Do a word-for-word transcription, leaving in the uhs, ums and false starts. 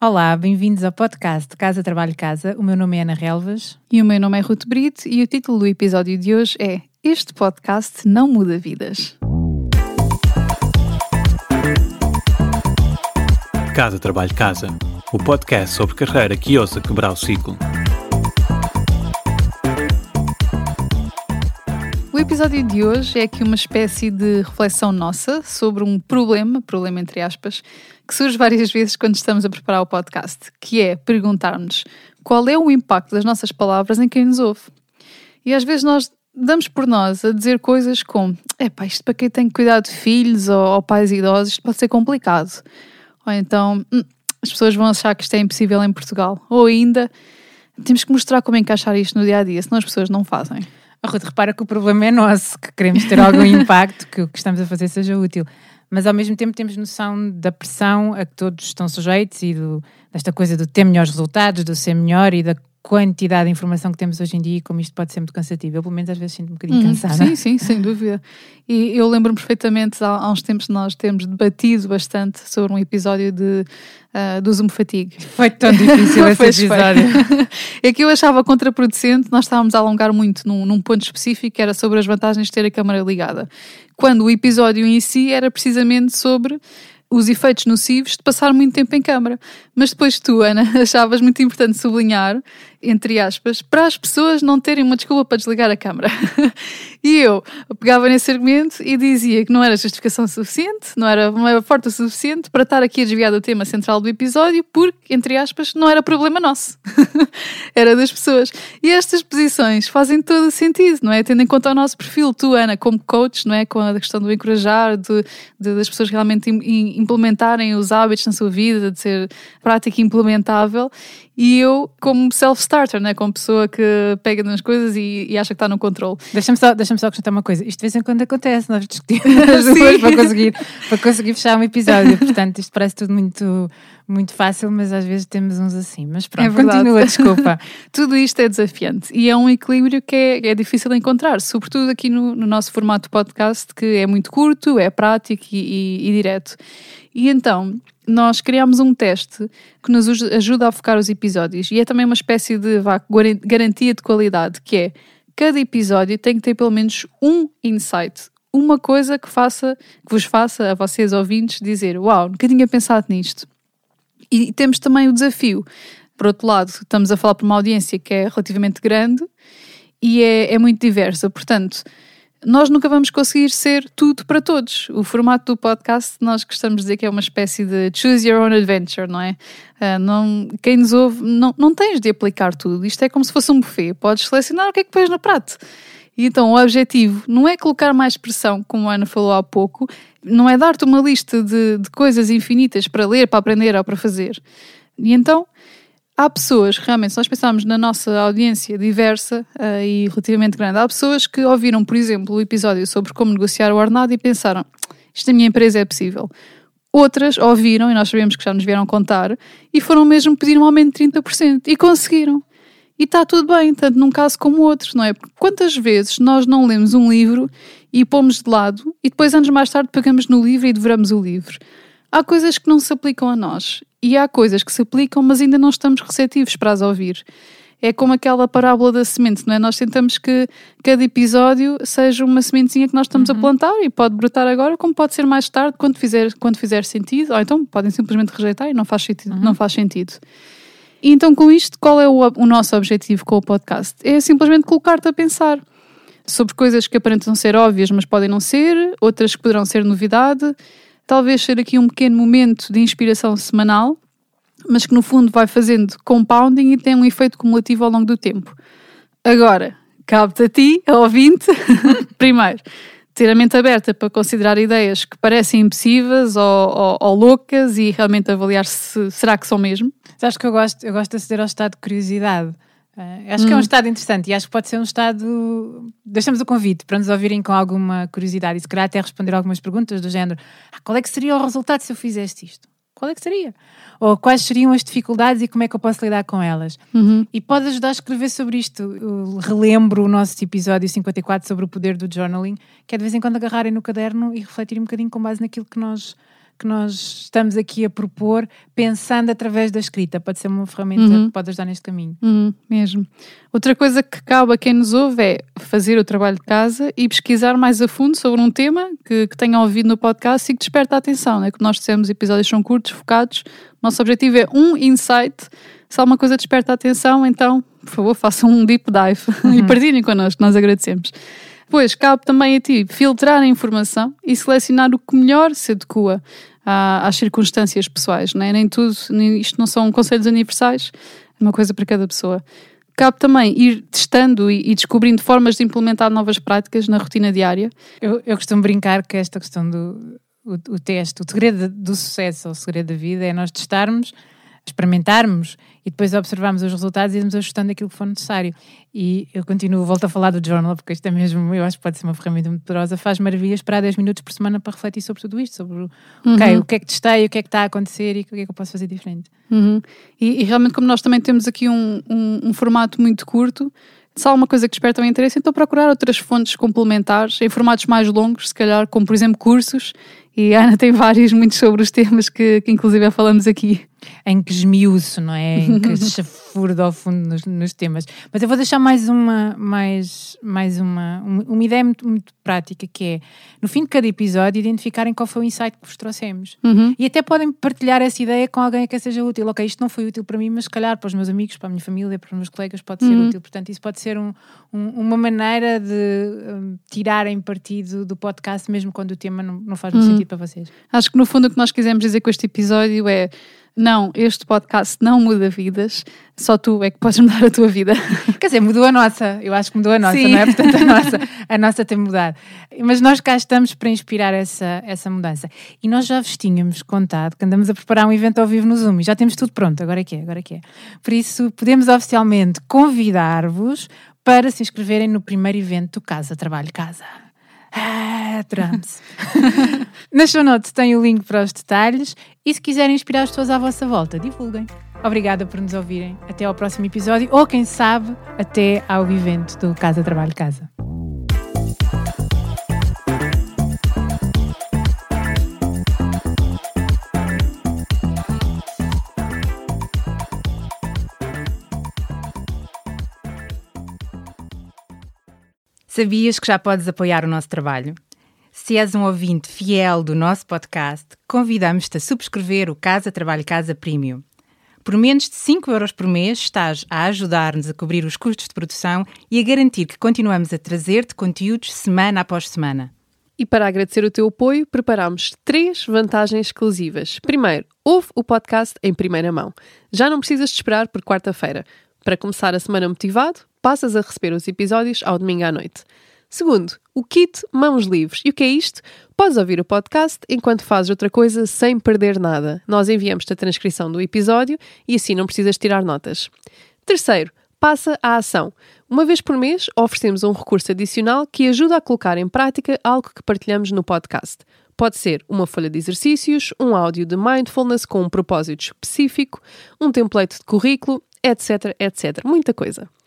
Olá, bem-vindos ao podcast Casa Trabalho Casa. O meu nome é Ana Relvas. E o meu nome é Ruth Brito e o título do episódio de hoje é Este podcast não muda vidas. Casa Trabalho Casa, o podcast sobre carreira que ousa quebrar o ciclo. O episódio de hoje é aqui uma espécie de reflexão nossa sobre um problema, problema entre aspas, que surge várias vezes quando estamos a preparar o podcast, que é perguntar-nos qual é o impacto das nossas palavras em quem nos ouve. E às vezes nós damos por nós a dizer coisas como epá, isto para quem tem que cuidar de filhos ou, ou pais idosos, isto pode ser complicado. Ou então, hum, as pessoas vão achar que isto é impossível em Portugal. Ou ainda, temos que mostrar como encaixar isto no dia-a-dia, senão as pessoas não fazem. Oh, Ruth, repara que o problema é nosso, que queremos ter algum impacto, que o que estamos a fazer seja útil. Mas ao mesmo tempo temos noção da pressão a que todos estão sujeitos e do, desta coisa do ter melhores resultados, do ser melhor e da quantidade de informação que temos hoje em dia e como isto pode ser muito cansativo. Eu, pelo menos, às vezes sinto um bocadinho hum, cansada. Sim, sim, sem dúvida. E eu lembro-me perfeitamente, há, há uns tempos nós temos debatido bastante sobre um episódio de, uh, do Zoom Fatigue. Foi tão difícil esse episódio. É que eu achava contraproducente, nós estávamos a alongar muito num, num ponto específico, que era sobre as vantagens de ter a câmara ligada. Quando o episódio em si era precisamente sobre os efeitos nocivos de passar muito tempo em câmara. Mas depois tu, Ana, achavas muito importante sublinhar, entre aspas, para as pessoas não terem uma desculpa para desligar a câmara. E eu pegava nesse argumento e dizia que não era justificação suficiente, não era, não era forte o suficiente para estar aqui a desviar do tema central do episódio, porque, entre aspas, não era problema nosso. Era das pessoas. E estas posições fazem todo o sentido, não é? Tendo em conta o nosso perfil, tu, Ana, como coach, não é? Com a questão do encorajar, de, de, das pessoas realmente implementarem os hábitos na sua vida, de ser prática e implementável, e eu como self-starter, né? Como pessoa que pega nas coisas e, e acha que está no controle. Deixa-me só, deixa-me só acrescentar uma coisa, isto de vez em quando acontece, nós discutimos as duas para conseguir, para conseguir fechar um episódio, portanto isto parece tudo muito, muito fácil, mas às vezes temos uns assim, mas pronto, é continua, desculpa. Tudo isto é desafiante e é um equilíbrio que é, é difícil de encontrar, sobretudo aqui no, no nosso formato podcast, que é muito curto, é prático e, e, e direto. E então, nós criámos um teste que nos ajuda a focar os episódios e é também uma espécie de vá, garantia de qualidade, que é, cada episódio tem que ter pelo menos um insight, uma coisa que, faça, que vos faça a vocês ouvintes dizer, uau, nunca tinha pensado nisto. E temos também o desafio, por outro lado, estamos a falar para uma audiência que é relativamente grande e é, é muito diversa, portanto, nós nunca vamos conseguir ser tudo para todos. O formato do podcast, nós gostamos de dizer que é uma espécie de choose your own adventure, não é? Uh, não, quem nos ouve, não, não tens de aplicar tudo. Isto é como se fosse um buffet. Podes selecionar o que é que pões no prato. E então o objetivo não é colocar mais pressão, como a Ana falou há pouco, não é dar-te uma lista de, de coisas infinitas para ler, para aprender ou para fazer. E então há pessoas, realmente, se nós pensarmos na nossa audiência diversa uh, e relativamente grande, há pessoas que ouviram, por exemplo, o episódio sobre como negociar o ordenado e pensaram, isto na minha empresa é possível. Outras ouviram, e nós sabemos que já nos vieram contar, e foram mesmo pedir um aumento de trinta por cento, e conseguiram. E está tudo bem, tanto num caso como outro, não é? Porque quantas vezes nós não lemos um livro e pomos de lado, e depois anos mais tarde pegamos no livro e devoramos o livro? Há coisas que não se aplicam a nós. E há coisas que se aplicam, mas ainda não estamos receptivos para as ouvir. É como aquela parábola da semente, não é? Nós tentamos que cada episódio seja uma sementezinha que nós estamos uhum. a plantar e pode brotar agora, como pode ser mais tarde, quando fizer, quando fizer sentido. Ou então podem simplesmente rejeitar e não faz sentido. Uhum. Não faz sentido. E então com isto, qual é o, o nosso objetivo com o podcast? É simplesmente colocar-te a pensar sobre coisas que aparentam ser óbvias, mas podem não ser, outras que poderão ser novidade. Talvez ser aqui um pequeno momento de inspiração semanal, mas que no fundo vai fazendo compounding e tem um efeito cumulativo ao longo do tempo. Agora, cabe-te a ti, a ouvinte, primeiro, ter a mente aberta para considerar ideias que parecem impossíveis ou, ou, ou loucas e realmente avaliar se será que são mesmo. Sabes que eu gosto, eu gosto de aceder ao estado de curiosidade. Uh, acho hum. que é um estado interessante e acho que pode ser um estado... Deixamos o convite para nos ouvirem com alguma curiosidade e se calhar até responder algumas perguntas do género ah, qual é que seria o resultado se eu fizesse isto? Qual é que seria? Ou quais seriam as dificuldades e como é que eu posso lidar com elas? Uhum. E pode ajudar a escrever sobre isto. Eu relembro o nosso episódio cinquenta e quatro sobre o poder do journaling, que é de vez em quando agarrarem no caderno e refletirem um bocadinho com base naquilo que nós que nós estamos aqui a propor, pensando através da escrita. Pode ser uma ferramenta uhum. que pode ajudar neste caminho. Uhum, mesmo. Outra coisa que cabe a quem nos ouve é fazer o trabalho de casa e pesquisar mais a fundo sobre um tema que, que tenham ouvido no podcast e que desperta a atenção, né? Como nós dissemos, episódios são curtos, focados. Nosso objetivo é um insight. Se alguma coisa desperta a atenção, então, por favor, façam um deep dive uhum. e partilhem connosco, nós agradecemos. Depois, cabe também a ti filtrar a informação e selecionar o que melhor se adequa à, às circunstâncias pessoais, não é? Nem tudo, nem, isto não são conselhos universais, é uma coisa para cada pessoa. Cabe também ir testando e, e descobrindo formas de implementar novas práticas na rotina diária. Eu, eu costumo brincar que esta questão do o, o teste, o segredo do sucesso ou o segredo da vida é nós testarmos, experimentarmos e depois observarmos os resultados e irmos ajustando aquilo que for necessário. E eu continuo, volto a falar do journal, porque isto é mesmo, eu acho que pode ser uma ferramenta muito poderosa. Faz maravilhas para dez minutos por semana para refletir sobre tudo isto, sobre uhum. okay, o que é que testei, o que é que está a acontecer e o que é que eu posso fazer diferente. Uhum. E, e realmente, como nós também temos aqui um, um, um formato muito curto, se há alguma coisa que desperta o interesse, então procurar outras fontes complementares em formatos mais longos, se calhar, como por exemplo cursos, e a Ana tem vários, muitos sobre os temas que, que inclusive falamos aqui. Em que esmiuço, não é? Em que chafurdo ao fundo nos, nos temas. Mas eu vou deixar mais uma, mais, mais uma, uma ideia muito, muito prática, que é, no fim de cada episódio, identificarem qual foi o insight que vos trouxemos. Uhum. E até podem partilhar essa ideia com alguém que seja útil. Ok, isto não foi útil para mim, mas se calhar para os meus amigos, para a minha família, para os meus colegas, pode ser uhum. útil. Portanto, isso pode ser um, um, uma maneira de um, tirarem partido do podcast, mesmo quando o tema não, não faz muito uhum. sentido para vocês. Acho que no fundo o que nós quisemos dizer com este episódio é: não, este podcast não muda vidas, só tu é que podes mudar a tua vida. Quer dizer, mudou a nossa, eu acho que mudou a nossa, Sim. não é? Portanto, a nossa, a nossa tem mudado. Mas nós cá estamos para inspirar essa, essa mudança. E nós já vos tínhamos contado que andamos a preparar um evento ao vivo no Zoom e já temos tudo pronto, agora é que é, agora é que é. Por isso, podemos oficialmente convidar-vos para se inscreverem no primeiro evento do Casa Trabalho Casa. Ah, adoramos. Nas show notes tem o link para os detalhes e se quiserem inspirar as pessoas à vossa volta, divulguem. Obrigada por nos ouvirem. Até ao próximo episódio ou, quem sabe, até ao evento do Casa Trabalho Casa. Sabias que já podes apoiar o nosso trabalho? Se és um ouvinte fiel do nosso podcast, convidamos-te a subscrever o Casa Trabalho Casa Premium. Por menos de cinco euros por mês estás a ajudar-nos a cobrir os custos de produção e a garantir que continuamos a trazer-te conteúdos semana após semana. E para agradecer o teu apoio, preparamos três vantagens exclusivas. Primeiro, ouve o podcast em primeira mão. Já não precisas de esperar por quarta-feira. Para começar a semana motivado, passas a receber os episódios ao domingo à noite. Segundo, o kit Mãos Livres. E o que é isto? Podes ouvir o podcast enquanto fazes outra coisa sem perder nada. Nós enviamos-te a transcrição do episódio e assim não precisas tirar notas. Terceiro, passa à ação. Uma vez por mês oferecemos um recurso adicional que ajuda a colocar em prática algo que partilhamos no podcast. Pode ser uma folha de exercícios, um áudio de mindfulness com um propósito específico, um template de currículo, etc, etcétera. Muita coisa.